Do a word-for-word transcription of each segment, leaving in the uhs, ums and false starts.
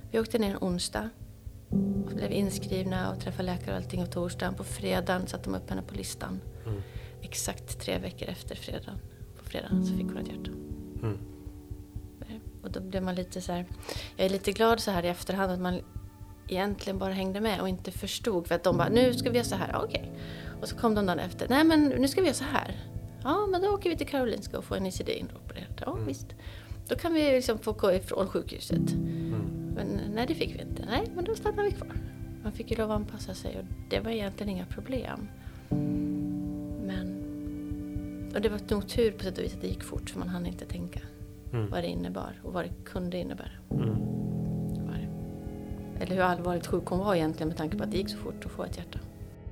Vi åkte ner en onsdag. Och blev inskrivna och träffade läkare och allting på torsdagen. På fredagen satte de upp henne på listan. Mm. Exakt tre veckor efter fredagen. På fredagen så fick hon ett hjärta. Mm. Och då blev man lite så här... Jag är lite glad så här i efterhand att man egentligen bara hängde med och inte förstod. För att de bara, nu ska vi göra så här. Okej. Okay. Och så kom de dagen efter. Nej, men nu ska vi göra så här. Ja, men då åker vi till Karolinska och får en I C D-inropererad. Ja, mm. visst. Då kan vi liksom få gå ifrån sjukhuset. Mm. Men nej, det fick vi inte. Nej, men då stannade vi kvar. Man fick ju lov att anpassa sig och det var egentligen inga problem. Men... Och det var nog tur på sätt och vis att det gick fort för man hann inte tänka mm. vad det innebar och vad det kunde innebära. Mm. Eller hur allvarligt sjuk hon var egentligen med tanke på att det gick så fort att få ett hjärta.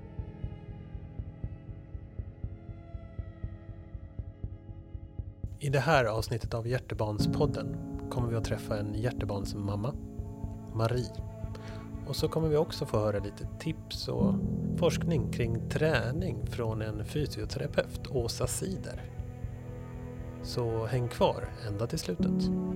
I det här avsnittet av Hjärtebarnspodden kommer vi att träffa en hjärtebarnsmamma, Marie. Och så kommer vi också få höra lite tips och forskning kring träning från en fysioterapeut, Åsa Sider. Så häng kvar ända till slutet.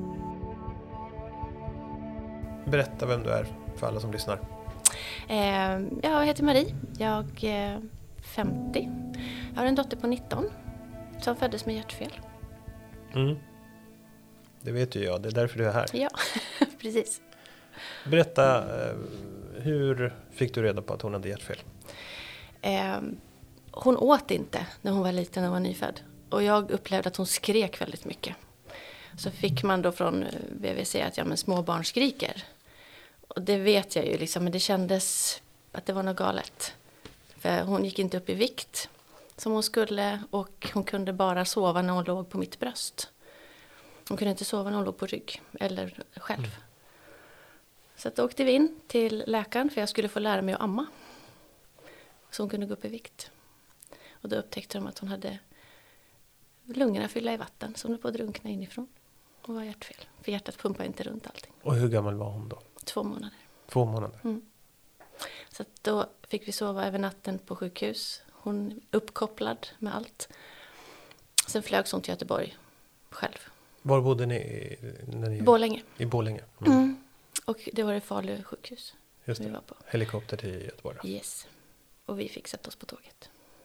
Berätta vem du är för alla som lyssnar. Eh, jag heter Marie, jag är femtio. Jag har en dotter på nitton som föddes med hjärtfel. Mm. Det vet ju jag, det är därför du är här. Ja, precis. Berätta, hur fick du reda på att hon hade hjärtfel? Eh, hon åt inte när hon var liten och var nyfödd. Och jag upplevde att hon skrek väldigt mycket. Så fick man då från B V C att ja, men små barn skriker. Och det vet jag ju liksom, men det kändes att det var något galet. För hon gick inte upp i vikt som hon skulle och hon kunde bara sova när hon låg på mitt bröst. Hon kunde inte sova när hon låg på rygg eller själv. Mm. Så då åkte vi in till läkaren för jag skulle få lära mig att amma. Så hon kunde gå upp i vikt. Och då upptäckte de att hon hade lungorna fyllda i vatten som hon på att drunkna inifrån. Hon var hjärtfel. För hjärtat pumpar inte runt allting. Och hur gammal var hon då? Två månader. Två månader? Mm. Så då fick vi sova över natten på sjukhus. Hon uppkopplad med allt. Sen flögs hon till Göteborg själv. Var bodde ni? När ni... Borlänge. I Borlänge? Mm. Mm. Och det var det Falu sjukhus. Just det. Vi var på. Helikopter till Göteborg då? Yes. Och vi fick sätta oss på tåget.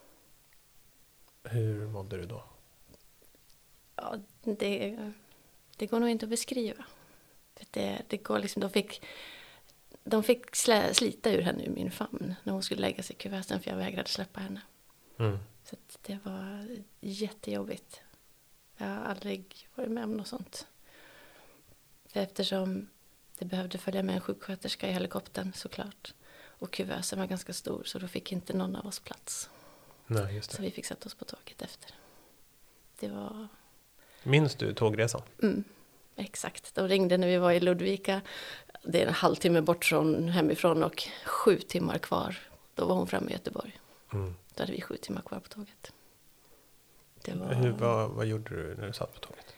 Hur mådde du då? Ja, det, det går nog inte att beskriva. För det, det går liksom, de fick, de fick slä, slita ur henne ur min famn när hon skulle lägga sig i kuverten för jag vägrade släppa henne. Mm. Så det var jättejobbigt. Jag har aldrig varit med om något sånt. För eftersom det behövde följa med en sjuksköterska i helikoptern såklart. Och kuvösen var ganska stor så då fick inte någon av oss plats. Nej, just det. Så vi fick sätta oss på tåget efter. Det var... Minns du tågresan? Mm, exakt. De ringde när vi var i Ludvika. Det är en halvtimme bort från hemifrån och sju timmar kvar. Då var hon framme i Göteborg. Mm. Då hade vi sju timmar kvar på tåget. Det var... Hur, vad, vad gjorde du när du satt på tåget?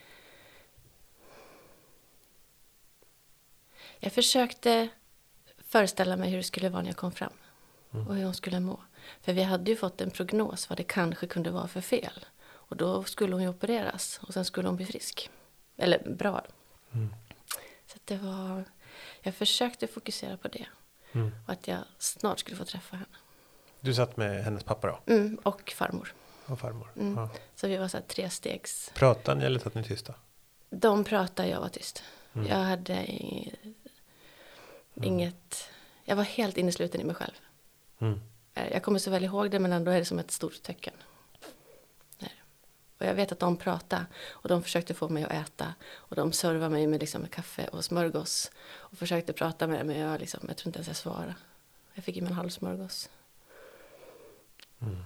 Jag försökte föreställa mig hur det skulle vara när jag kom fram. Mm. Och hur hon skulle må. För vi hade ju fått en prognos vad det kanske kunde vara för fel. Och då skulle hon ju opereras. Och sen skulle hon bli frisk. Eller bra. Mm. Så det var... Jag försökte fokusera på det. Mm. Och att jag snart skulle få träffa henne. Du satt med hennes pappa då? Mm, och farmor. Och farmor. Mm. Ja. Så vi var så här tre stegs. Pratade ni eller satt ni tysta? De pratade, jag var tyst. Mm. Jag hade i... mm. inget... Jag var helt innesluten i mig själv. Mm. Jag kommer så väl ihåg det, men ändå är det som ett stort tecken. Och jag vet att de pratade och de försökte få mig att äta. Och de servade mig med, liksom, med kaffe och smörgås. Och försökte prata med mig, men jag, liksom, jag tror inte ens jag svarade. Jag fick i mig en halv smörgås. Mm.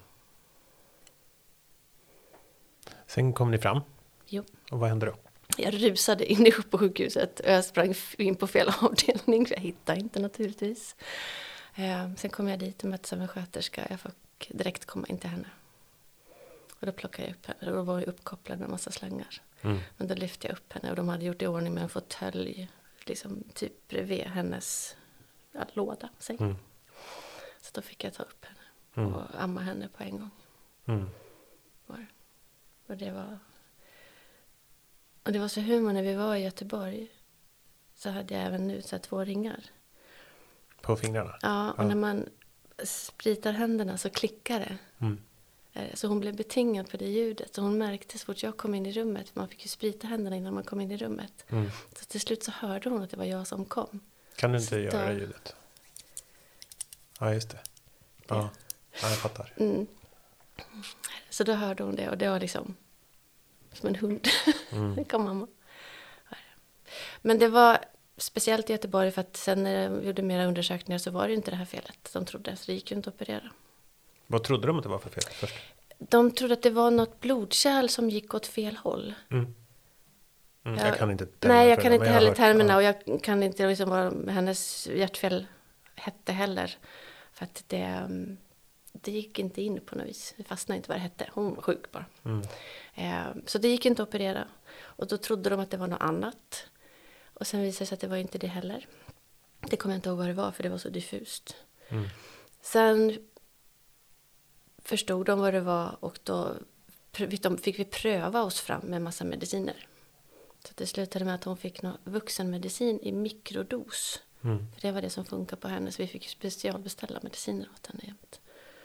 Sen kom ni fram. Jo. Och vad hände då? Jag rusade in på sjukhuset och jag sprang in på fel avdelning. För jag hittade inte naturligtvis. Eh, sen kom jag dit och möttes av en sköterska. Jag fick direkt komma in till henne. Och då plockade jag upp henne. Och då var jag uppkopplad med en massa slangar. Mm. Men då lyfte jag upp henne. Och de hade gjort i ordning med en fåtölj. Liksom typ bredvid hennes ja, låda. Mm. Så då fick jag ta upp henne. Mm. Och amma henne på en gång. Mm. Och det var... Och det var så humor när vi var i Göteborg. så hade jag även nu så här två ringar. På fingrarna? Ja, och ja. när man spritar händerna så klickar det. Mm. Så hon blev betingad på det ljudet. Och hon märkte så fort jag kom in i rummet. För man fick ju sprita händerna innan man kom in i rummet. Mm. Så till slut så hörde hon att det var jag som kom. Kan du inte så göra då... det ljudet? Ja, just det. Ja, ja. ja jag fattar. Mm. Så då hörde hon det. Och det var liksom som en hund. Mm. Det kom mamma. Men det var speciellt i Göteborg. För att sen när de gjorde mera undersökningar så var det inte det här felet. De trodde. Så det gick ju inte att operera. Vad trodde de att det var för fel först? De trodde att det var något blodkärl som gick åt fel håll. Mm. Mm, jag, jag kan inte Nej, jag kan inte jag heller hört, termerna. Ja. Och jag kan inte liksom vad hennes hjärtfel hette heller. För att det, det gick inte in på något vis. Det fastnade inte vad det hette. Hon var sjuk bara. Mm. Eh, så det gick inte att operera. Och då trodde de att det var något annat. Och sen visade det sig att det var inte det heller. Det kommer jag inte ihåg vad det var för det var så diffust. Mm. Sen förstod de vad det var och då fick vi pröva oss fram med massa mediciner. Så det slutade med att hon fick någon vuxenmedicin i mikrodos. Mm. För det var det som funkar på henne så vi fick specialbeställa mediciner åt henne jämt.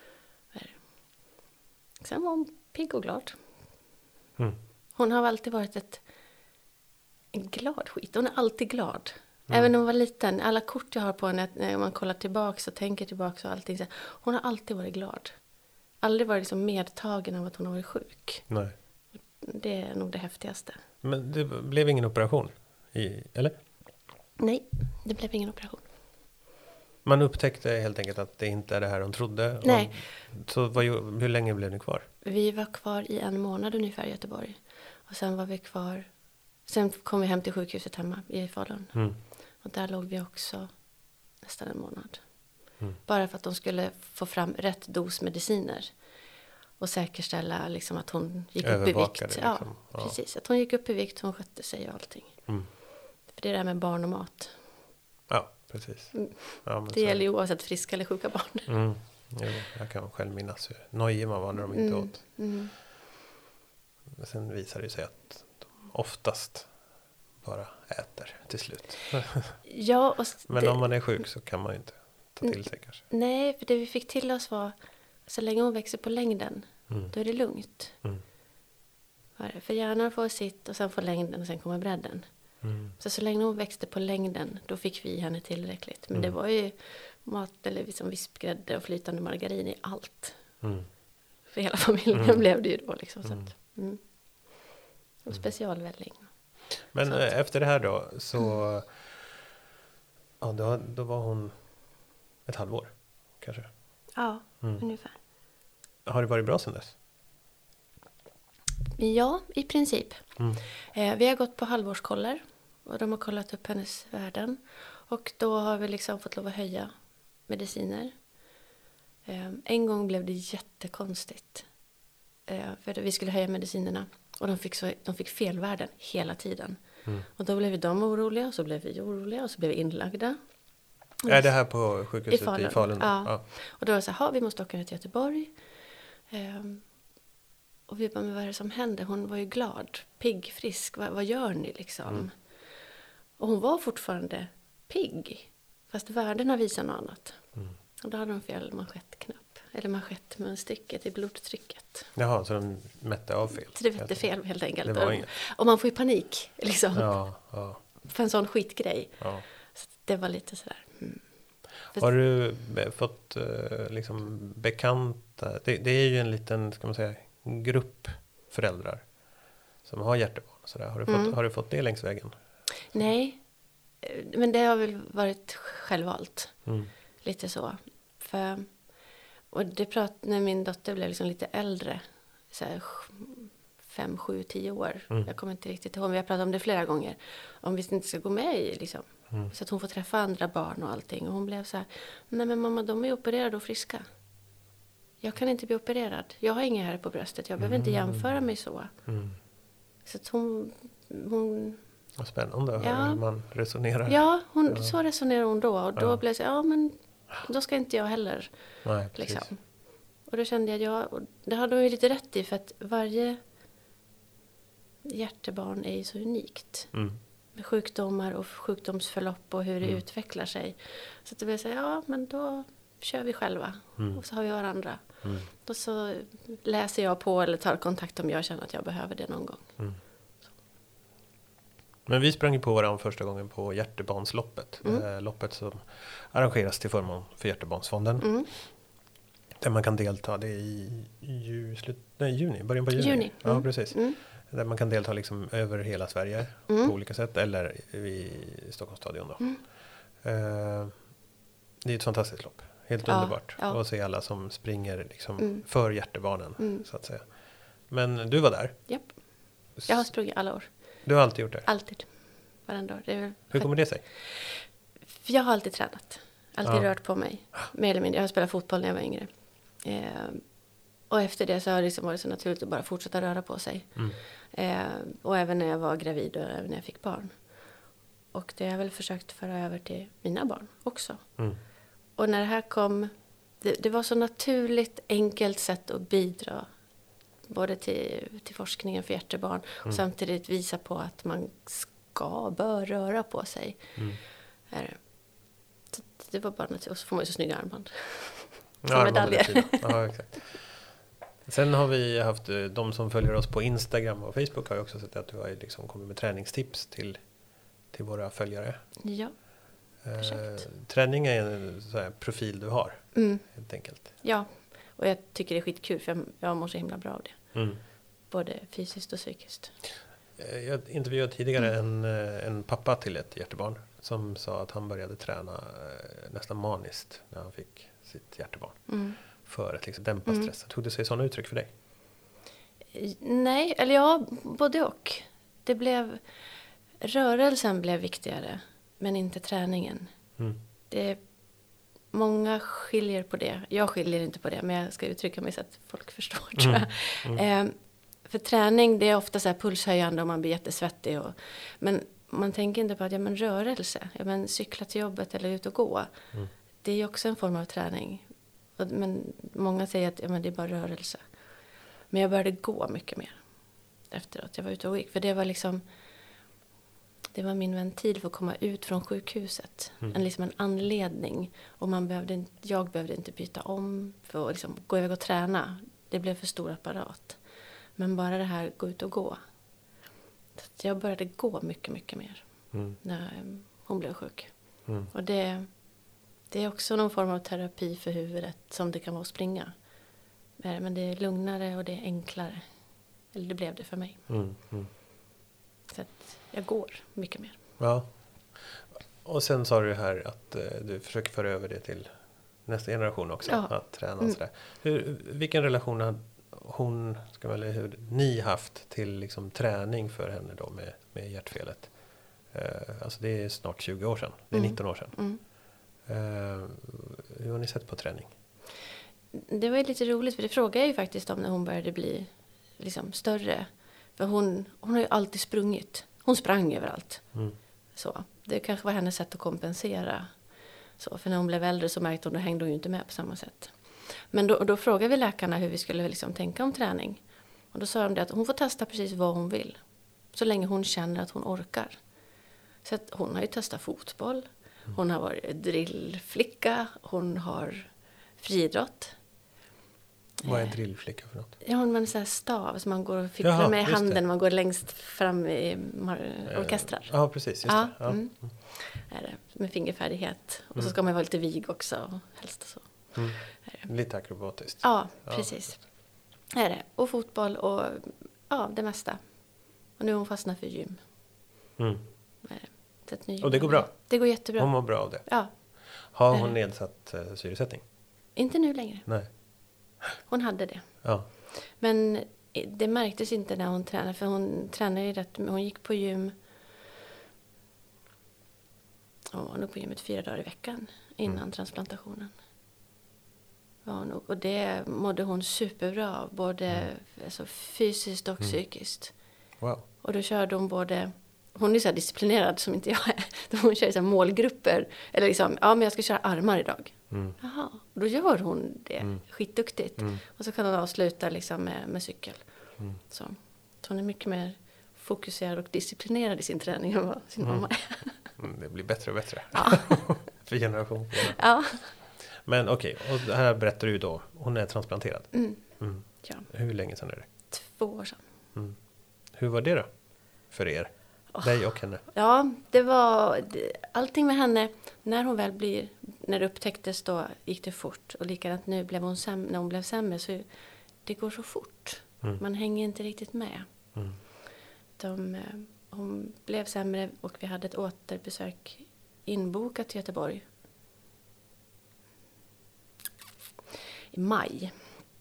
Sen var hon pigg och glad. Mm. Hon har alltid varit ett en glad skit. Hon är alltid glad. Mm. Även när hon var liten. Alla kort jag har på henne när man kollar tillbaka och tänker tillbaka och allting. Så hon har alltid varit glad. Aldrig varit liksom medtagen av att hon har varit sjuk. Nej. Det är nog det häftigaste. Men det blev ingen operation? I, eller? Nej, det blev ingen operation. Man upptäckte helt enkelt att det inte är det här hon trodde. Nej. Och, så vad, hur länge blev ni kvar? Vi var kvar i en månad ungefär i Göteborg. Och sen var vi kvar. Sen kom vi hem till sjukhuset hemma i Falun. Mm. Och där låg vi också nästan en månad. Mm. Bara för att de skulle få fram rätt dos mediciner. Och säkerställa liksom att hon gick upp i vikt. Liksom. Ja, ja, precis. Att hon gick upp i vikt, hon skötte sig och allting. Mm. För det är det här med barn och mat. Ja, precis. Mm. Ja, men det gäller ju oavsett friska eller sjuka barn. Mm. Jo, jag kan själv minnas hur nojig man var när de inte mm. åt. Mm. Men sen visar det sig att de oftast bara äter till slut. Ja, och men det, om man är sjuk så kan man ju inte ta till sig kanske. Nej, för det vi fick till oss var så länge hon växer på längden, mm. då är det lugnt. Mm. För hjärnan får sitt och sen får längden och sen kommer bredden. Mm. Så så länge hon växte på längden, då fick vi henne tillräckligt. Men mm. det var ju mat eller liksom vispgrädde och flytande margarin i allt. Mm. För hela familjen mm. blev det ju då liksom. Så att, mm. Och specialvälling. Men äh, efter det här då, så mm. ja, då, då var hon ett halvår kanske? Ja, mm. ungefär. Har det varit bra sedan dess? Ja, i princip. Mm. Eh, vi har gått på halvårskoller och de har kollat upp hennes värden. Och då har vi liksom fått lov att höja mediciner. Eh, en gång blev det jättekonstigt. Eh, för vi skulle höja medicinerna och de fick, så, de fick fel värden hela tiden. Mm. Och då blev de oroliga och så blev vi oroliga och så blev vi inlagda. Är det här på sjukhuset i Falun? I Falun? Ja. ja. Och då var det så här, vi måste åka ner till Göteborg. Eh, Och vi bara, men vad är det som händer? Hon var ju glad, pigg, frisk. Vad, vad gör ni liksom? Mm. Och hon var fortfarande pigg. Fast värdena visar något annat. Mm. Och då hade de fel manschettknapp. Eller manschettmunstycket i blodtrycket. Jaha, så de mätte av fel? Så det mätte fel helt enkelt. Det var inget. Och man får ju panik liksom. Ja, ja. För en sån skitgrej. Ja. Så det var lite sådär. Mm. Har du fått liksom bekanta? Det, det är ju en liten, ska man säga, grupp föräldrar som har hjärtebarn och sådär. Har du fått, mm. har du fått det längs vägen? Nej, men det har väl varit självvalt. Mm. Lite så. För, och det prat, när min dotter blev liksom lite äldre, så här, fem, sju, tio år. Mm. Jag kommer inte riktigt ihåg, men vi har pratat om det flera gånger. Om vi inte ska gå med i liksom. Mm. Så att hon får träffa andra barn och allting. Och hon blev så här, nej men mamma, de är opererade och friska. Jag kan inte bli opererad. Jag har inga här på bröstet. Jag behöver mm. inte jämföra mig så. Mm. Så att hon... hon Vad spännande att höra hur man resonerar. Ja, hon, ja, så resonerar hon då. Och då ja. blev det så, ja men då ska inte jag heller. Nej, liksom. Och då kände jag, ja, och det hade hon ju lite rätt i. För att varje hjärtebarn är ju så unikt. Mm. sjukdomar och sjukdomsförlopp och hur det Mm. utvecklar sig. Så att det vill säga, ja men då kör vi själva Mm. och så har vi varandra. Mm. Och så läser jag på eller tar kontakt om jag känner att jag behöver det någon gång. Mm. Men vi sprang ju på varandra första gången på Hjärtebarnsloppet. Mm. Eh, loppet som arrangeras till förmån för Hjärtebarnsfonden. Mm. Där man kan delta, det är i ju, slut, nej, juni, början på juni. Juni. Ja, Mm. precis. Mm. Där man kan delta liksom över hela Sverige Mm. på olika sätt. Eller i Stockholms stadion då. Mm. Eh, det är ett fantastiskt lopp. Helt Ja, underbart. ja. Att se alla som springer liksom Mm. för hjärtebarnen, Mm. så att säga. Men du var där. Japp. Jag har sprungit alla år. Du har alltid gjort det. Alltid. Varenda år. Det är väl Hur kommer det sig? För jag har alltid tränat. Alltid Ja. rört på mig. Mer eller mindre. Jag har spelat fotboll när jag var yngre. Eh, och efter det så har det liksom varit så naturligt att bara fortsätta röra på sig. Mm. Eh, och även när jag var gravid och även när jag fick barn. Och det har jag väl försökt föra över till mina barn också. Mm. Och när det här kom, det, det var så naturligt, enkelt sätt att bidra. Både till, till forskningen för hjärtebarn och Mm. samtidigt visa på att man ska, bör röra på sig. Mm. Är, så det var bara naturligt. Och så får man ju så snygga armband. Ja, Som de var medaljer. väldigt fina. Ja, exakt. Sen har vi haft, eh, de som följer oss på Instagram och Facebook har ju också sett att du har ju liksom kommit med träningstips till, till våra följare. Ja. Eh, Exakt. träning är en sån här profil du har, Mm, helt enkelt. ja. Och jag tycker det är skitkul för jag, jag mår så himla bra av det. Mm. Både fysiskt och psykiskt. Eh, Jag intervjuade tidigare en, eh, en pappa till ett hjärtebarn som sa att han började träna eh, nästan maniskt när han fick sitt hjärtebarn. Mm. För att liksom dämpa Mm. stressen. Tog det sig sådana uttryck för dig? Nej, eller ja, både och. Det blev, rörelsen blev viktigare, men inte träningen. Mm. Det, många skiljer på det. Jag skiljer inte på det, men jag ska uttrycka mig så att folk förstår, tror jag. Mm. Eh, för träning, det är ofta så här pulshöjande och man blir jättesvettig. Och, men man tänker inte på att ja, men rörelse, ja, men cykla till jobbet eller ut och gå. Mm. Det är ju också en form av träning. Och, men många säger att ja, men det är bara rörelse. Men jag började gå mycket mer efteråt. Jag var ute och gick. För det var liksom, det var min ventil för att komma ut från sjukhuset. Mm. En, liksom en anledning. Och man behövde, inte- jag behövde inte byta om för att liksom gå iväg och träna. Det blev för stor apparat. Men bara det här, gå ut och gå. Så att jag började gå mycket, mycket mer Mm. när eh, hon blev sjuk. Mm. Och det, det är också någon form av terapi för huvudet som det kan vara att springa. Eh, Men det är lugnare och det är enklare. Eller det blev det för mig. Mm. Mm. Så att jag går mycket mer. Ja. Och sen sa du här att eh, du försöker föra över det till nästa generation också. Ja. Att träna och Mm. sådär. Hur, vilken relation har hon, ska man, eller hur, ni haft till liksom träning för henne då med, med hjärtfelet? Eh, alltså det är snart tjugo år sedan. Det är Mm. nitton år sedan. Mm. Eh, hur har ni sett på träning? Det var ju lite roligt för det frågade jag ju faktiskt om när hon började bli liksom större. För hon, hon har ju alltid sprungit. Hon sprang överallt. Mm. Så. Det kanske var hennes sätt att kompensera. Så, för när hon blev äldre så märkte hon att då hängde hon ju inte med på samma sätt. Men då, då frågade vi läkarna hur vi skulle liksom tänka om träning. Och då sa de det att hon får testa precis vad hon vill. Så länge hon känner att hon orkar. Så att hon har ju testat fotboll. Hon har varit drillflicka. Hon har friidrott. Vad är Eh. drillflicka för något? Ja, hon har en sån här stav som man går och fipplar Jaha, med i just handen det. när man går längst fram i mar- Eh, orkestrar. Ja, precis. Just Ja, det. Ja. mm. Är det, med fingerfärdighet. Och så Mm. ska man vara lite vig också. Helst så. Mm. Är det. Lite akrobatiskt. Ja, Ja. precis. Är det. Och fotboll och ja, det mesta. Och nu har hon fastnat för gym. Mm. Är det. Så att nu Och det går bra? Det går jättebra. Hon mår bra av det. Ja, Har Eh. hon nedsatt eh, syresättning? inte nu längre. Nej. Hon hade det. Ja. Men det märktes inte när hon tränade. För hon tränade ju rätt. Hon gick på gym. Hon var nog på gymmet fyra dagar i veckan innan Mm. transplantationen. Var hon nog. Och det mådde hon superbra av. Både Mm. alltså, fysiskt och Mm. psykiskt. Wow. Och då körde hon både... Hon är så här disciplinerad som inte jag är. Hon kör så här målgrupper. Eller liksom, ja men jag ska köra armar idag. Mm. Jaha, och då gör hon det Mm. skitduktigt. Mm. Och så kan hon avsluta liksom med, med cykel. Mm. Så, så hon är mycket mer fokuserad och disciplinerad i sin träning än vad sin Mm. mamma är. Mm, det blir bättre och bättre. Ja. För generation. Ja. Men okej, okay, och här berättar du då, hon är transplanterad. Mm. Mm. Ja. Hur länge sedan är det? Två år sedan. Mm. Hur var det då? För er? Oh. Dig och henne? Ja, det var det, allting med henne. När hon väl blir, när det upptäcktes då gick det fort. Och likadant nu blev hon säm, när hon blev sämre så det går så fort. Mm. Man hänger inte riktigt med. Mm. De, eh, hon blev sämre och vi hade ett återbesök inbokat till Göteborg. I maj.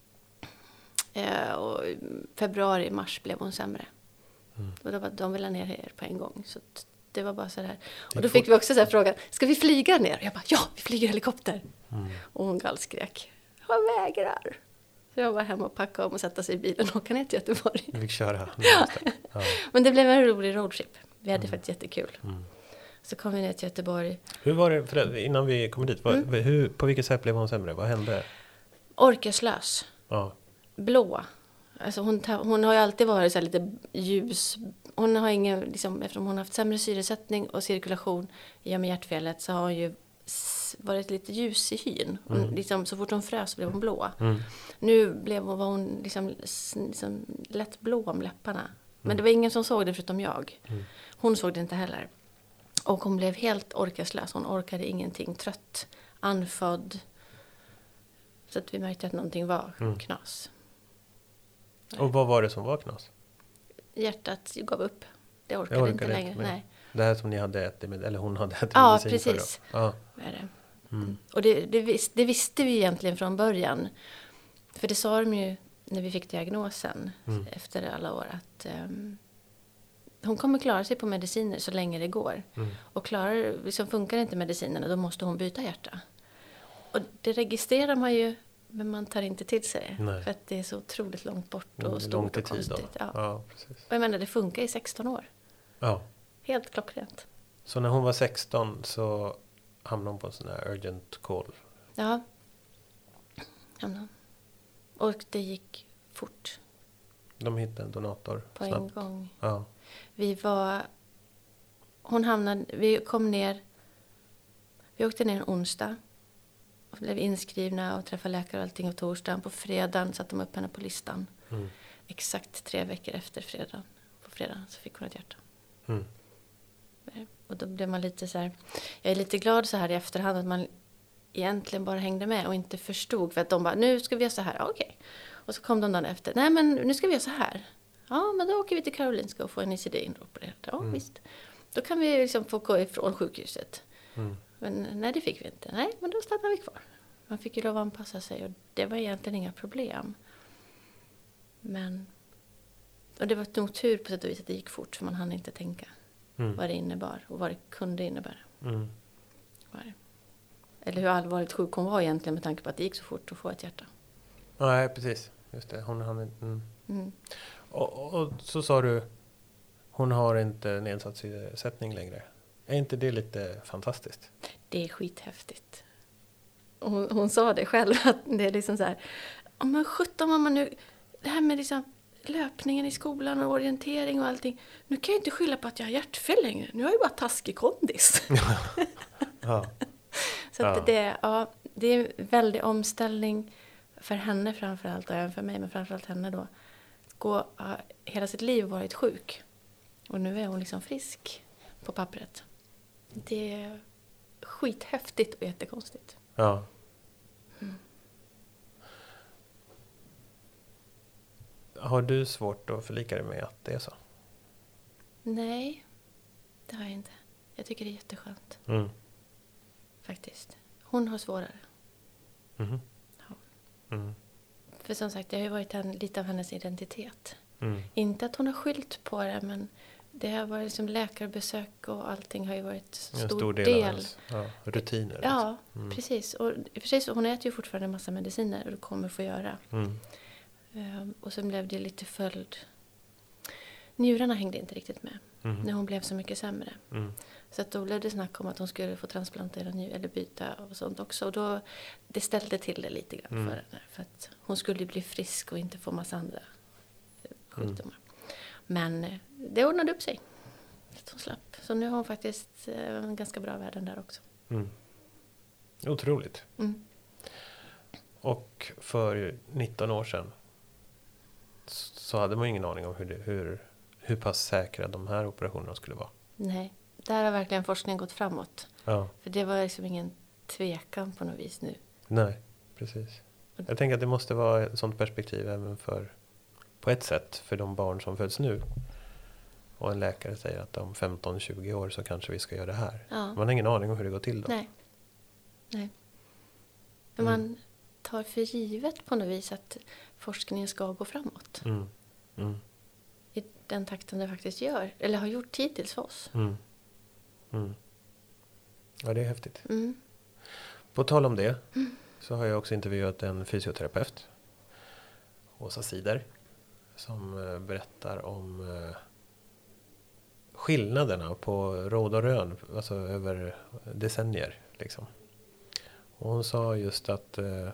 Eh, och i februari, mars blev hon sämre. Mm. Och då var de ville ner här på en gång. Så det var bara så där. Det Och då fick vi också så här frågan, ska vi flyga ner? Och jag bara, ja, vi flyger helikopter. Mm. Och hon gallskrek, jag vägrar. Så jag var hemma och packade om och sätta sig i bilen och åka ner till Göteborg. Vi fick köra. Ja. Ja. Men det blev en rolig roadtrip. Vi hade Mm. faktiskt jättekul. Mm. Så kom vi ner till Göteborg. Hur var det, för innan vi kom dit, vad, Mm. hur, på vilket sätt blev hon sämre? Vad hände? Orkeslös. Ja. Blå. Alltså hon, ta- hon har ju alltid varit så här lite ljus. Hon har ingen, liksom, eftersom hon har haft sämre syresättning och cirkulation i och med hjärtfelet så har hon ju s- varit lite ljus i hyn. Hon, Mm. liksom, så fort hon frös blev hon blå. Mm. Nu blev hon, var hon liksom, s- liksom lätt blå om läpparna. Men Mm. det var ingen som såg det förutom jag. Mm. Hon såg det inte heller. Och hon blev helt orkeslös. Hon orkade ingenting. Trött, andfådd. Så att vi märkte att någonting var Mm. knas. Och vad var det som var knas? Hjärtat gav upp. Det orkade, Jag orkade inte inte längre. med. Nej. Det här som ni hade ätit med, eller hon hade ätit Ja, medicin precis. för då. Ja. Vad är det? Mm. Och det, det, vis, det visste vi egentligen från början. För det sa de ju när vi fick diagnosen Mm. efter alla år att um, hon kommer klara sig på mediciner så länge det går. Mm. Och klarar, liksom funkar inte medicinerna då måste hon byta hjärta. Och det registrerar man ju men man tar inte till sig. Nej. För att det är så otroligt långt bort och Mm, stort långt i och tid då. konstigt. Ja. Ja, precis. Och jag menar det funkar i sexton år. Ja. Helt klockrent. Så när hon var sexton så hamnade hon på en sån här urgent call. Ja. Hamnade. Och det gick fort De hittade en donator på en snabbt. gång. Ja. Vi var... Hon hamnade... Vi kom ner... Vi åkte ner en onsdag. Och blev inskrivna och träffade läkare och allting på torsdagen. På fredagen satte de upp henne på listan. Mm. Exakt tre veckor efter fredagen. På fredagen så fick hon ett hjärta. Mm. Och då blev man lite så här... Jag är lite glad så här i efterhand att man egentligen bara hängde med och inte förstod. För att de bara, nu ska vi göra så här. Ja, okej. Och så kom de dagen efter. Nej, men nu ska vi göra så här. Ja, men då åker vi till Karolinska och får en I C D-inropererad. Ja, Mm. visst. Då kan vi liksom få gå ifrån sjukhuset. Mm. Men nej, det fick vi inte. Nej, men då stannar vi kvar. Man fick ju lov att anpassa sig och det var egentligen inga problem. Men... Och det var nog tur på sätt och vis att det gick fort för man hann inte tänka Mm. vad det innebar och vad det kunde innebära. Mm. Var det. Eller hur allvarligt sjuk hon var egentligen med tanke på att det gick så fort att få ett hjärta. Nej, precis. Just det. Hon, han, mm. Mm. och, och så sa du, hon har inte nedsatt syresättning längre. Är inte det lite fantastiskt? Det är skithäftigt. Och Hon, hon sa det själv att det är liksom så här. Ja men sjutton mamma nu. Det här med liksom löpningen i skolan och orientering och allting. Nu kan jag inte skylla på att jag har hjärtfel längre. Nu har jag ju bara taskig kondis. Ja. Så att Ja. det, ja, det är en väldig omställning för henne framförallt och även för mig, men framförallt henne då. Att gå ja, hela sitt liv varit sjuk och nu är hon liksom frisk på pappret. Det är skithäftigt och jättekonstigt. Ja. Mm. Har du svårt att förlika dig med att det är så? Nej, det har jag inte. Jag tycker det är jätteskönt Mm. faktiskt. Hon har svårare. Mhm. Ja. Mm. För som sagt, det har ju varit en, lite av hennes identitet. Mm. Inte att hon har skylt på det, men det har varit liksom läkarbesök och allting har ju varit stor, En stor del, del. av hennes ja, rutiner. Ja, Mm. precis. Och i och för sig så hon äter ju fortfarande en massa mediciner och det kommer få göra. Mm. Ehm, och sen blev det lite följd. Njurarna hängde inte riktigt med Mm. när hon blev så mycket sämre. Mm. Så att då blev det snack om att hon skulle få transplantera njur eller byta och sånt också. Och då, det ställde till det lite grann Mm. för henne. För att hon skulle bli frisk och inte få massa andra sjukdomar. Men eh, det ordnade upp sig. Så hon slapp. Så nu har hon faktiskt eh, en ganska bra värden där också. Mm. Otroligt. Mm. Och för nitton år sedan så hade man ingen aning om hur, det, hur, hur pass säkra de här operationerna skulle vara. Nej, där har verkligen forskningen gått framåt. Ja. För det var liksom ingen tvekan på något vis nu. Nej, precis. Jag tänker att det måste vara ett sånt perspektiv även för, på ett sätt, för de barn som föds nu. Och en läkare säger att om femton till tjugo år så kanske vi ska göra det här. Ja. Man har ingen aning om hur det går till då. Nej. Nej. Men man tar för givet på något vis att forskningen ska gå framåt. Mm. Mm. I den takten det faktiskt gör. Eller har gjort hittills för oss. Mm. Mm. Ja, det är häftigt. Mm. På tal om det så har jag också intervjuat en fysioterapeut, Åsa Sider, som eh, berättar om eh, skillnaderna på råd och rön, alltså över decennier liksom. Och hon sa just att eh,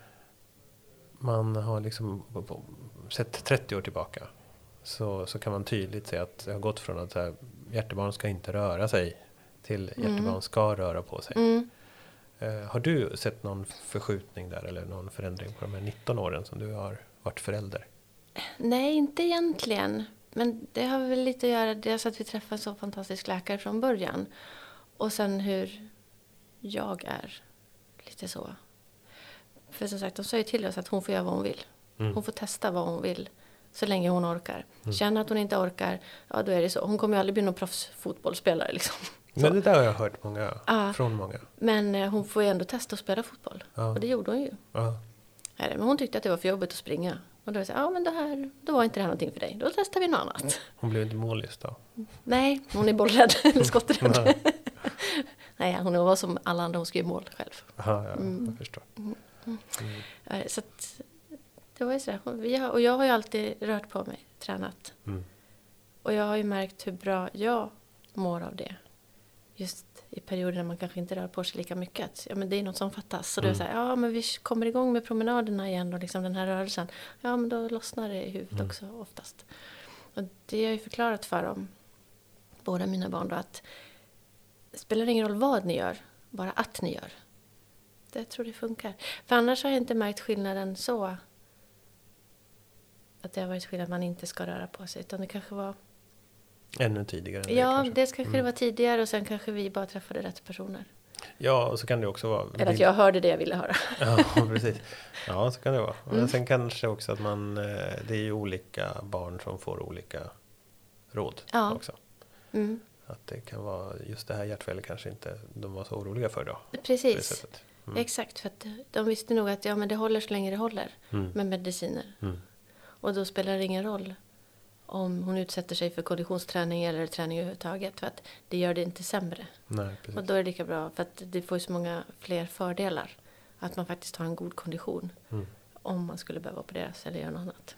man har liksom på, på, sett trettio år tillbaka så, så kan man tydligt se att det har gått från att här, hjärtebarn ska inte röra sig till hjärtebarn Mm. ska röra på sig. Mm. Eh, har du sett någon förskjutning där eller någon förändring på de här nitton åren som du har varit förälder? Nej, inte egentligen. Men det har väl lite att göra dels att vi träffade så fantastisk läkare från början. Och sen hur jag är. Lite så. För som sagt, de sa ju till oss att hon får göra vad hon vill. Mm. Hon får testa vad hon vill. Så länge hon orkar. Mm. Känner att hon inte orkar, ja då är det så. Hon kommer ju aldrig bli någon proffsfotbollsspelare liksom. Men det där har jag hört många, Ja. från många. Men eh, hon får ju ändå testa att spela fotboll. Ja. Och det gjorde hon ju. Ja. Men hon tyckte att det var för jobbigt att springa. Och då var det så, ja men det här, då var inte det här någonting för dig. Då testar vi något annat. Hon blev inte målis då? Nej, hon är bollrädd eller skotträdd. Ja. Nej, hon var som alla andra, hon skrev mål själv. Aha, ja, Mm. jag förstår. Mm. Mm. Eh, Så att, det var ju sådär. Vi har, och jag har ju alltid rört på mig, tränat. Mm. Och jag har ju märkt hur bra jag mår av det. Just i perioder när man kanske inte rör på sig lika mycket. Att, ja, men det är något som fattas. Så Mm. då är det så här, ja men vi kommer igång med promenaderna igen och liksom den här rörelsen. Ja men då lossnar det i huvudet Mm. också oftast. Och det har jag ju förklarat för dem, båda mina barn då, att det spelar ingen roll vad ni gör, bara att ni gör. Det tror det funkar. För annars har jag inte märkt skillnaden så. Att det har varit skillnad att man inte ska röra på sig. Utan det kanske var... Ännu tidigare än det Ja, kanske. det kanske Mm. det var tidigare och sen kanske vi bara träffade rätt personer. Ja, och så kan det också vara... Eller att jag hörde det jag ville höra. Ja, precis. Ja, så kan det vara. Men Mm. sen kanske också att man... eh, Det är ju olika barn som får olika råd Ja. också. Mm. Att det kan vara just det här hjärtfället kanske inte de var så oroliga för då. På det Precis, sättet. Mm. exakt. För att de visste nog att ja, men det håller så länge det håller Mm. med mediciner. Mm. Och då spelar det ingen roll om hon utsätter sig för konditionsträning eller träning överhuvudtaget. För att det gör det inte sämre. Nej, precis. Och då är det lika bra för att det får ju så många fler fördelar. Att man faktiskt har en god kondition. Mm. Om man skulle behöva opereras eller göra något annat.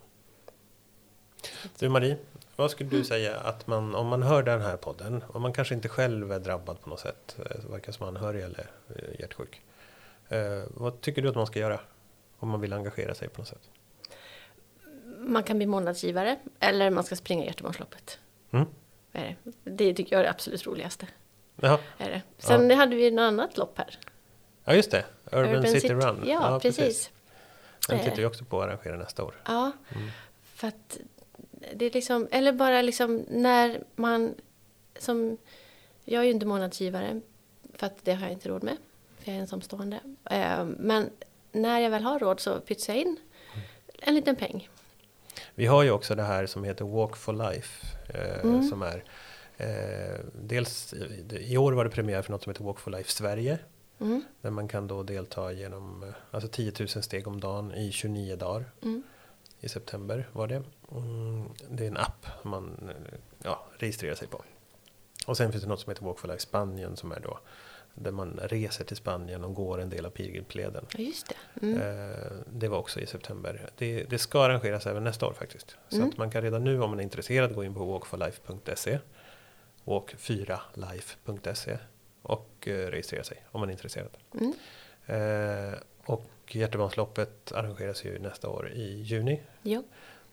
Du Marie, vad skulle du säga att man, om man hör den här podden, om man kanske inte själv är drabbad på något sätt, eh, varken som anhörig eller eh, hjärtsjuk. Eh, vad tycker du att man ska göra om man vill engagera sig på något sätt? Man kan bli månadsgivare eller man ska springa Hjärtebarnsloppet. Mm? Är det. det tycker jag är det absolut roligaste. Jaha. Är det. Sen hade vi något annat lopp här. Ja, just det. Urban, Urban City, City. Run. Ja, precis. Den Eh. tittar vi också på att arrangera nästa år. Ja, Mm. för att det är liksom, eller bara liksom när man, som, jag är ju inte månadsgivare för att det har jag inte råd med, för jag är ensamstående. Eh, Men när jag väl har råd så pytsar jag in en liten peng. Vi har ju också det här som heter Walk for Life. Eh, Mm. Som är eh, dels, i år var det premiär för något som heter Walk for Life Sverige. Mm. Där man kan då delta genom eh, alltså tio tusen steg om dagen i tjugonio dagar. Mm. I september var det. Mm, det är en app som man eh, ja, registrerar sig på. Och sen finns det något som heter Walk for Life Spanien som är då där man reser till Spanien och går en del av pilgrimsleden. Ja, just det. Mm. Eh, det var också i september. Det, det ska arrangeras även nästa år faktiskt. Så Mm. att man kan redan nu om man är intresserad gå in på walk for life punkt se walk fyra life punkt se och eh, registrera sig om man är intresserad. Mm. Eh, och Hjärtebarnsloppet arrangeras ju nästa år i juni. Ja.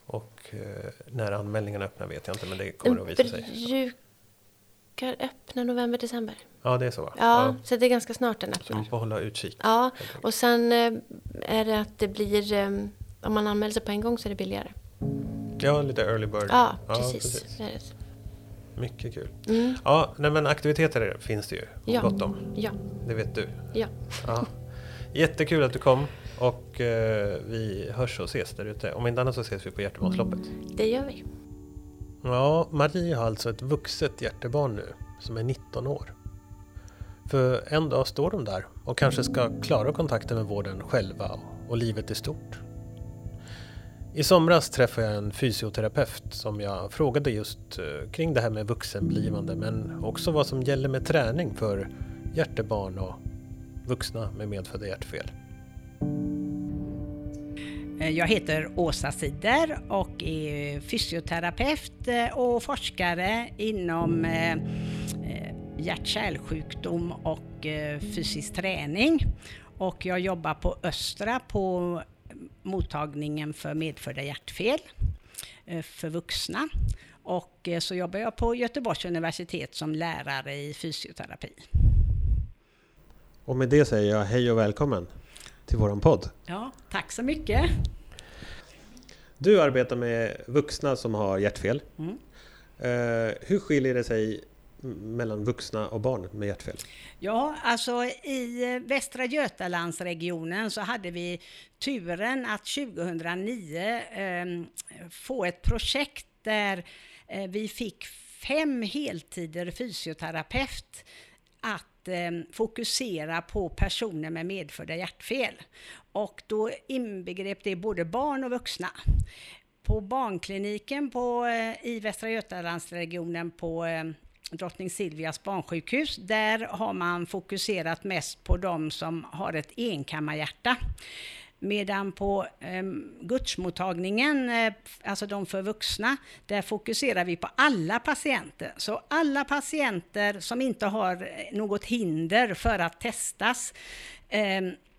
Och eh, när anmälningarna öppnar vet jag inte, men det kommer att visa sig. Brukar öppna november, december. Ja, det är så va? Ja, ja. Så det är ganska snart den öppnar. Så man får hålla utkik. Ja, och sen eh, är det att det blir, eh, om man anmäler sig på en gång så är det billigare. Ja, lite early bird. Ja, precis. Ja, precis. Det är det. Mycket kul. Mm. Ja, nej, men aktiviteter finns det ju Ja. gott om. Ja. Det vet du. Ja. Ja. Jättekul att du kom och eh, vi hörs och ses där ute. Om inte annat så ses vi på Hjärtebarnsloppet. Det gör vi. Ja, Marie har alltså ett vuxet hjärtebarn nu som är nitton år. För en dag står de där och kanske ska klara kontakten med vården själva och livet i stort. I somras träffade jag en fysioterapeut som jag frågade just kring det här med vuxenblivande, men också vad som gäller med träning för hjärtebarn och vuxna med medfödda hjärtfel. Jag heter Åsa Sider och är fysioterapeut och forskare inom hjärt-kärlsjukdom och fysisk träning. Och jag jobbar på Östra på mottagningen för medfödda hjärtfel för vuxna. Och så jobbar jag på Göteborgs universitet som lärare i fysioterapi. Och med det säger jag hej och välkommen till våran podd. Ja, tack så mycket. Du arbetar med vuxna som har hjärtfel. Mm. Uh, hur skiljer det sig mellan vuxna och barn med hjärtfel? Ja, alltså i Västra Götalandsregionen så hade vi turen att tjugohundranio eh, få ett projekt där eh, vi fick fem heltider fysioterapeut att eh, fokusera på personer med medfödda hjärtfel. Och då inbegrep det både barn och vuxna. På barnkliniken på, eh, i Västra Götalandsregionen på eh, Drottning Silvias barnsjukhus, där har man fokuserat mest på de som har ett enkammarhjärta. Medan på eh, gudsmottagningen, eh, alltså de för vuxna, där fokuserar vi på alla patienter. Så alla patienter som inte har något hinder för att testas eh,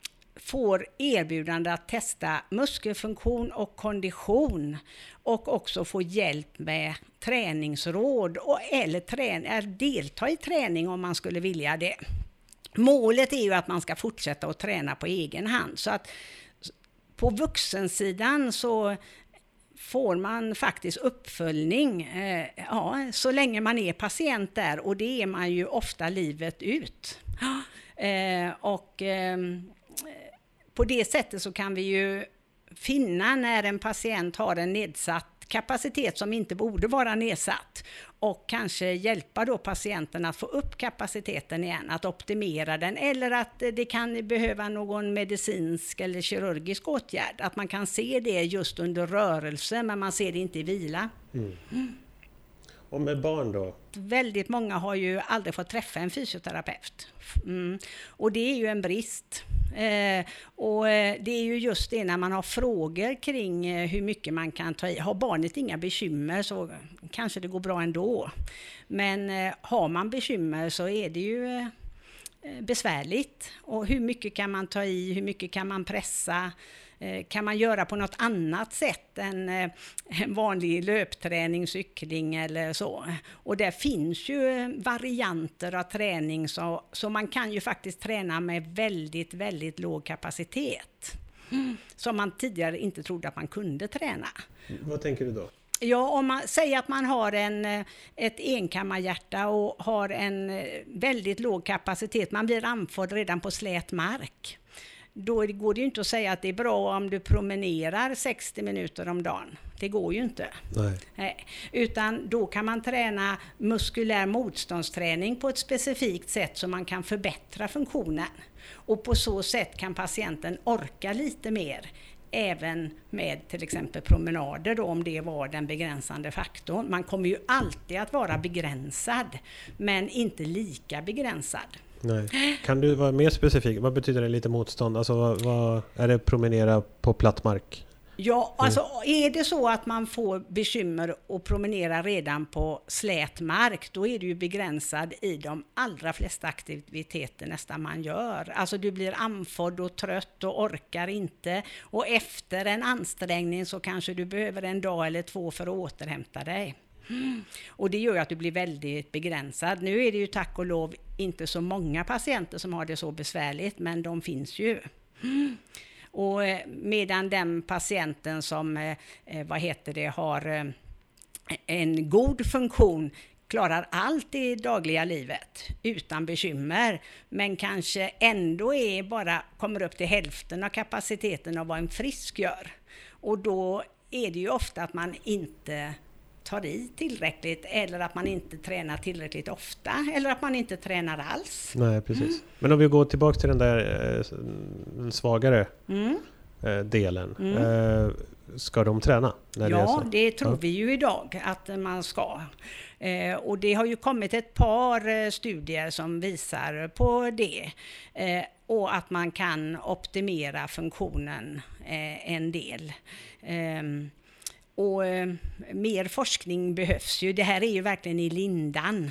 får erbjudande att testa muskelfunktion och kondition och också få hjälp med träningsråd och eller trä- delta i träning om man skulle vilja det. Målet är ju att man ska fortsätta att träna på egen hand, så att på vuxensidan så får man faktiskt uppföljning eh, ja, så länge man är patient där, och det är man ju ofta livet ut. Eh, och eh, på det sättet så kan vi ju finna när en patient har en nedsatt kapacitet som inte borde vara nedsatt, och kanske hjälpa då patienten att få upp kapaciteten igen, att optimera den, eller att det kan behöva någon medicinsk eller kirurgisk åtgärd, att man kan se det just under rörelse men man ser det inte i vila. Mm. Mm. Och med barn då? Väldigt många har ju aldrig fått träffa en fysioterapeut. Mm. Och det är ju en brist. Eh, och det är ju just det, när man har frågor kring hur mycket man kan ta i. Har barnet inga bekymmer så kanske det går bra ändå. Men eh, har man bekymmer så är det ju eh, besvärligt. Och hur mycket kan man ta i, hur mycket kan man pressa? Kan man göra på något annat sätt än en vanlig löpträning, cykling eller så. Och där finns ju varianter av träning, så, så man kan ju faktiskt träna med väldigt, väldigt låg kapacitet. Mm. Som man tidigare inte trodde att man kunde träna. Vad tänker du då? Ja, om man säger att man har en, ett enkammarhjärta och har en väldigt låg kapacitet, man blir andfådd redan på slät mark. Då går det ju inte att säga att det är bra om du promenerar sextio minuter om dagen. Det går ju inte. Nej. Nej. Utan då kan man träna muskulär motståndsträning på ett specifikt sätt så man kan förbättra funktionen. Och på så sätt kan patienten orka lite mer, även med till exempel promenader då, om det var den begränsande faktorn. Man kommer ju alltid att vara begränsad, men inte lika begränsad. Nej. Kan du vara mer specifik? Vad betyder det lite motstånd? Alltså vad, vad är det promenera på platt mark? Ja, alltså är det så att man får bekymmer att promenera redan på slät mark, då är det ju begränsad i de allra flesta aktiviteter nästan man gör. Alltså du blir andfådd och trött och orkar inte, och efter en ansträngning så kanske du behöver en dag eller två för att återhämta dig. Mm. Och det gör ju att du blir väldigt begränsad. Nu är det ju tack och lov inte så många patienter som har det så besvärligt, men de finns ju. Mm. Och medan den patienten som eh, vad heter det, har eh, en god funktion klarar allt i dagliga livet utan bekymmer, men kanske ändå är bara kommer upp till hälften av kapaciteten av vad en frisk gör. Och då är det ju ofta att man inte tar i tillräckligt, eller att man inte tränar tillräckligt ofta, eller att man inte tränar alls. Nej, precis. Mm. Men om vi går tillbaka till den där eh, den svagare mm. eh, delen. Mm. Eh, ska de träna? När ja, det, är så? det tror ja. vi ju idag att man ska. Eh, och det har ju kommit ett par eh, studier som visar på det. Eh, och att man kan optimera funktionen eh, en del. Eh, Och eh, mer forskning behövs ju. Det här är ju verkligen i lindan.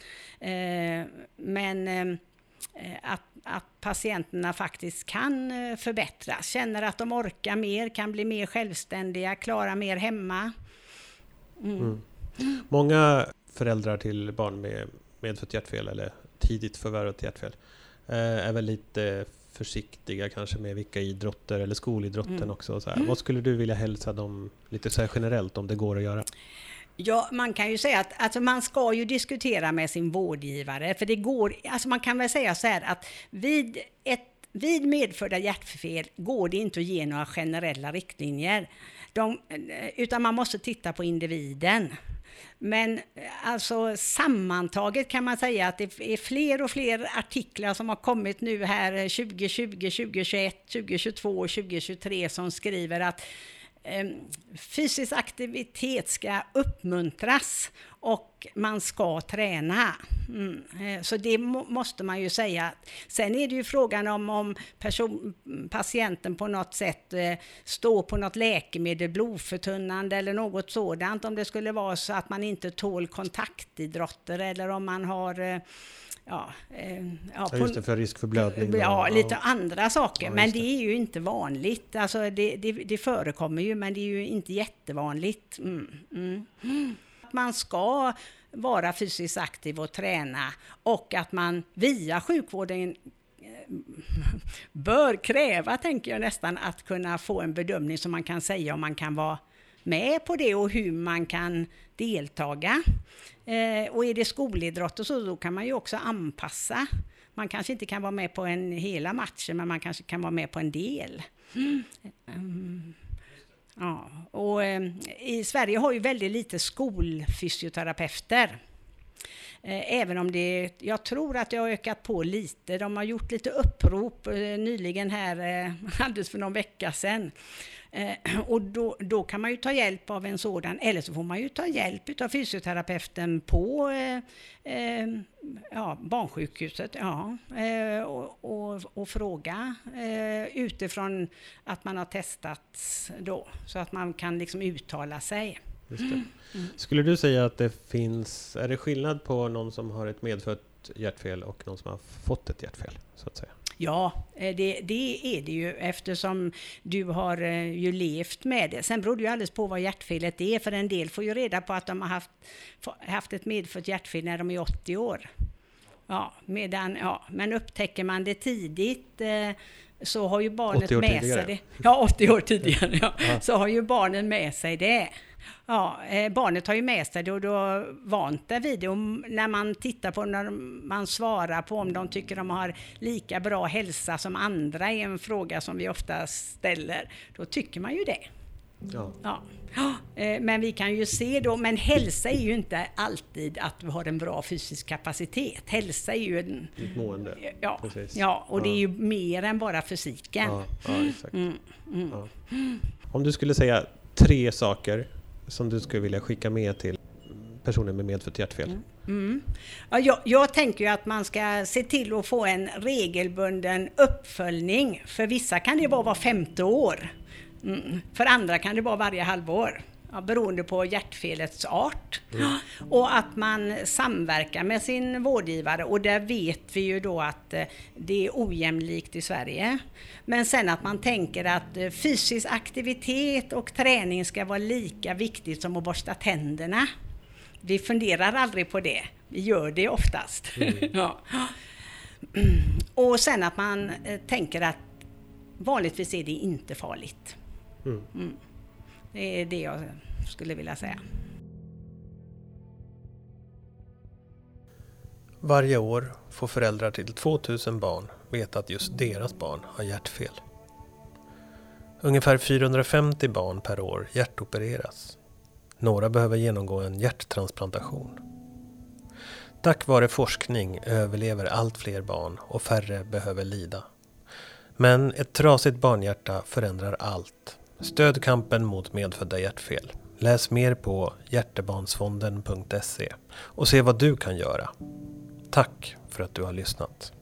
Eh, men eh, att, att patienterna faktiskt kan eh, förbättras. Känner att de orkar mer, kan bli mer självständiga, klara mer hemma. Mm. Mm. Många föräldrar till barn med medfött hjärtfel eller tidigt förvärvat hjärtfel eh, är väl lite försiktiga kanske med vilka idrotter eller skolidrotten mm. också. Så här. Mm. Vad skulle du vilja hälsa dem lite så här generellt om det går att göra? Ja, man kan ju säga att alltså man ska ju diskutera med sin vårdgivare, för det går, alltså man kan väl säga så här att vid, ett, vid medfödda hjärtfel går det inte att ge några generella riktlinjer, De, utan man måste titta på individen. Men alltså sammantaget kan man säga att det är fler och fler artiklar som har kommit nu här tjugo tjugo, tjugo tjugoett, tjugo tjugotvå och tjugo tjugotre som skriver att eh, fysisk aktivitet ska uppmuntras och man ska träna. Mm. Så det må, måste man ju säga. Sen är det ju frågan om, om person, patienten på något sätt eh, står på något läkemedel, blodförtunnande eller något sådant. Om det skulle vara så att man inte tål kontaktidrotter eller om man har... Eh, Ja, eh, ja, ja, just det, för risk för blödning. Och, ja, lite och, andra saker. Ja, men det. det är ju inte vanligt. Alltså det, det, det förekommer ju, men det är ju inte jättevanligt. Mm, mm. Man ska vara fysiskt aktiv och träna, och att man via sjukvården bör kräva, tänker jag nästan, att kunna få en bedömning som man kan säga om man kan vara med på det och hur man kan deltaga. Eh, och är det skolidrott och så, då kan man ju också anpassa. Man kanske inte kan vara med på en hela matchen, men man kanske kan vara med på en del. Mm. Um, ja. Och eh, i Sverige har ju väldigt lite skolfysioterapeuter. Eh, även om det, jag tror att det har ökat på lite. De har gjort lite upprop eh, nyligen här, eh, alldeles för någon vecka sedan. Eh, och då, då kan man ju ta hjälp av en sådan, eller så får man ju ta hjälp av fysioterapeuten på eh, eh, ja, barnsjukhuset ja, eh, och, och, och fråga eh, utifrån att man har testat då, så att man kan liksom uttala sig. Just det. Mm. Skulle du säga att det finns, är det skillnad på någon som har ett medfött hjärtfel och någon som har fått ett hjärtfel, så att säga? Ja, det, det är det ju, eftersom du har ju levt med det. Sen beror det ju alldeles på vad hjärtfelet är, för en del får ju reda på att de har haft, haft ett medfött hjärtfel när de är åttio år. Ja, medan, ja, men upptäcker man det tidigt så har ju barnet med sig det. Ja, åttio år tidigare. Ja. Ja. Så har ju barnen med sig det. Ja, eh, barnet har ju med sig det och då vant det vid det. Och när man tittar på, när man svarar på om de tycker de har lika bra hälsa som andra, är en fråga som vi ofta ställer. Då tycker man ju det. Ja. Ja. Eh, men vi kan ju se då, men hälsa är ju inte alltid att du har en bra fysisk kapacitet. Hälsa är ju en... Ett mående. Ja, precis. Ja, och ja. det är ju mer än bara fysiken. Ja, ja exakt. Mm, mm. Ja. Om du skulle säga tre saker som du skulle vilja skicka med till personer med medfött hjärtfel? Mm. Mm. Ja, jag, jag tänker ju att man ska se till att få en regelbunden uppföljning. För vissa kan det vara var femte år. Mm. För andra kan det vara varje halvår. Ja, beroende på hjärtfelets art. Mm. Och att man samverkar med sin vårdgivare. Och där vet vi ju då att eh, det är ojämlikt i Sverige. Men sen att man tänker att eh, fysisk aktivitet och träning ska vara lika viktigt som att borsta tänderna. Vi funderar aldrig på det. Vi gör det oftast. Mm. Ja. Och sen att man eh, tänker att vanligtvis är det inte farligt. Mm. Mm. Det är det jag skulle vilja säga. Varje år får föräldrar till tvåtusen barn veta att just deras barn har hjärtfel. Ungefär fyrahundrafemtio barn per år hjärtopereras. Några behöver genomgå en hjärttransplantation. Tack vare forskning överlever allt fler barn och färre behöver lida. Men ett trasigt barnhjärta förändrar allt. Stöd kampen mot medfödda hjärtfel. Läs mer på hjärtebarnsfonden punkt se och se vad du kan göra. Tack för att du har lyssnat.